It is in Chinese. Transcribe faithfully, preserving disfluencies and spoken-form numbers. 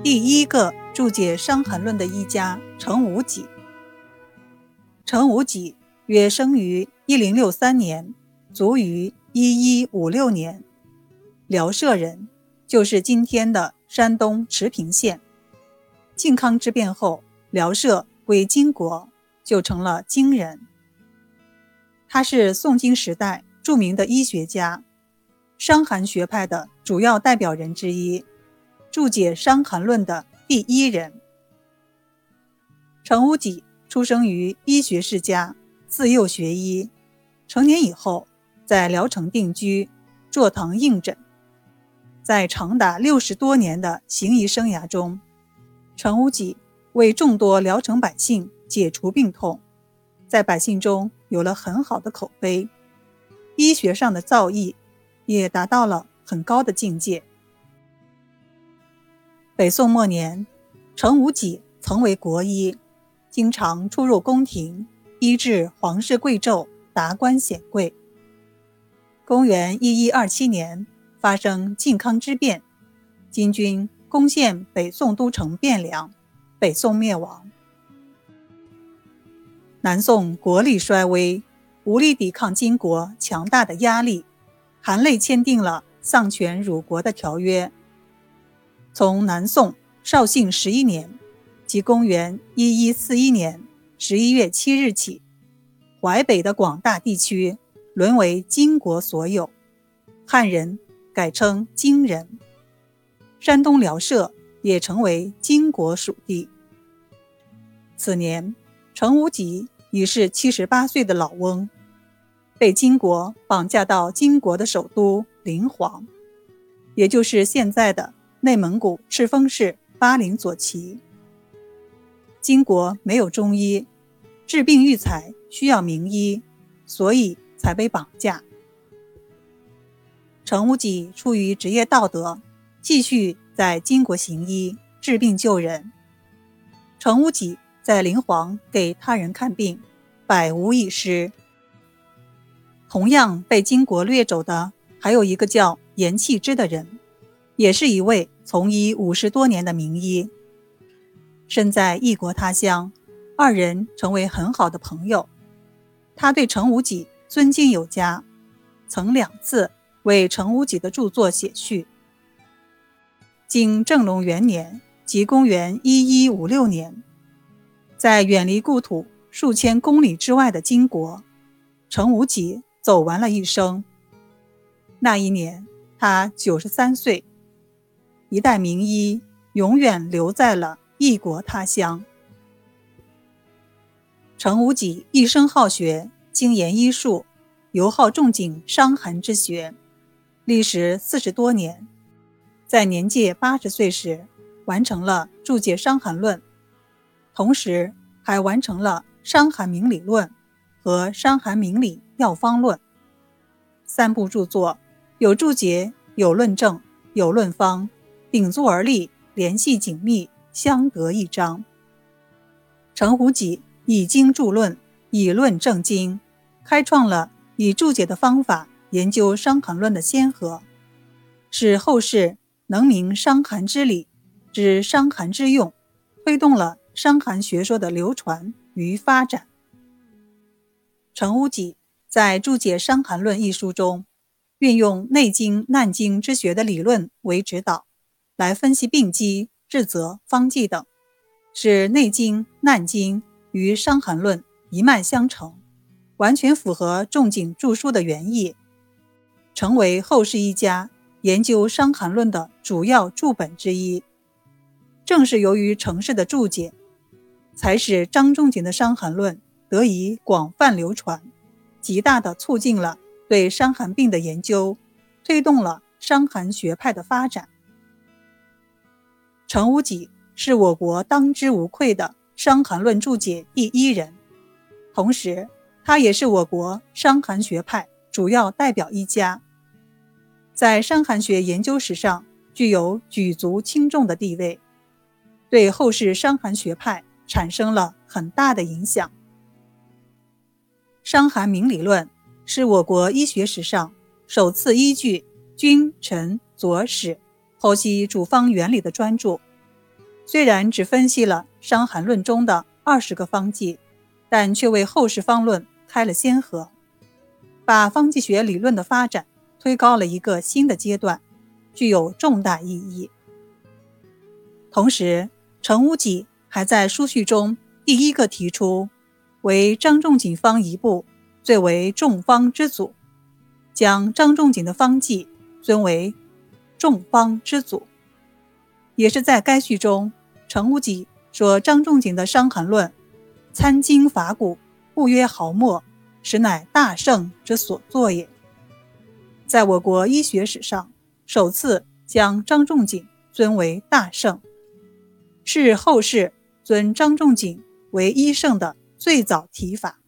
第一个注解《伤寒论》的医家程无己。程无己约生于一零六三年，卒于一一五六年，辽摄人，就是今天的山东持平县。靖康之变后，辽摄归金国，就成了荆人。他是宋金时代著名的医学家，伤寒学派的主要代表人之一，注解《伤寒论》的第一人。程无己出生于医学世家，自幼学医，成年以后在聊城定居，坐堂应诊。在长达六十多年的行医生涯中，程无己为众多聊城百姓解除病痛，在百姓中有了很好的口碑，医学上的造诣也达到了很高的境界。北宋末年，程无己曾为国医，经常出入宫廷，医治皇室贵胄、达官显贵。公元一一二七年发生靖康之变，金军攻陷北宋都城汴梁，北宋灭亡。南宋国力衰微，无力抵抗金国强大的压力，含泪签订了丧权辱国的条约。从南宋绍兴十一年，即公元一一四一年十一月七日起，淮北的广大地区沦为金国所有，汉人改称荆人，山东辽摄也成为金国属地。此年，程无己已是七十八岁的老翁，被金国绑架到金国的首都临黄，也就是现在的内蒙古赤峰市巴陵左旗。金国没有中医，治病育才需要名医，所以才被绑架。程无己出于职业道德，继续在金国行医，治病救人。程无己在临黄给他人看病，百无一失。同样被金国掠走的还有一个叫严弃之的人，也是一位从医五十多年的名医。身在异国他乡，二人成为很好的朋友。他对程无己尊敬有加，曾两次为程无己的著作写序。经正隆元年，即公元一一五六年，在远离故土数千公里之外的金国，程无己走完了一生。那一年他九十三岁，一代名医永远留在了异国他乡。程无己一生好学，精研医术，尤好仲景伤寒之学，历时四十多年，在年届八十岁时完成了注解《伤寒论》，同时还完成了《伤寒明理论》和《伤寒明理药方论》三部著作，有注解，有论证，有论方，鼎足而立，联系紧密，相得益彰。程无己以经注论，以论证经，开创了以注解的方法研究《伤寒论》的先河，使后世能明伤寒之理，知伤寒之用，推动了伤寒学说的流传与发展。程无己在注解《伤寒论》一书中，运用内经、难经之学的理论为指导，来分析病机、治则、方剂等，使内经、难经与《伤寒论》一脉相承，完全符合仲景著书的原意，成为后世医家研究《伤寒论》的主要注本之一。正是由于程氏的注解，才使张仲景的《伤寒论》得以广泛流传，极大地促进了对伤寒病的研究，推动了伤寒学派的发展。程无己是我国当之无愧的《伤寒论》注解第一人，同时他也是我国伤寒学派主要代表医家，在伤寒学研究史上具有举足轻重的地位，对后世伤寒学派产生了很大的影响。《伤寒明理论》是我国医学史上首次依据君、臣、佐、使剖析处方原理的专著， 虽然只分析了《伤寒论》中的二十个方剂，但却为后世方论开了先河，把方剂学理论的发展推高了一个新的阶段，具有重大意义。同时，程无己还在书序中第一个提出为张仲景方一部最为众方之祖，将张仲景的方剂尊为众方之祖。也是在该序中，程无己说张仲景的《伤寒论》参经伐古，不约毫末，实乃大圣之所作也。在我国医学史上，首次将张仲景尊为大圣，是后世尊张仲景为医圣的最早提法。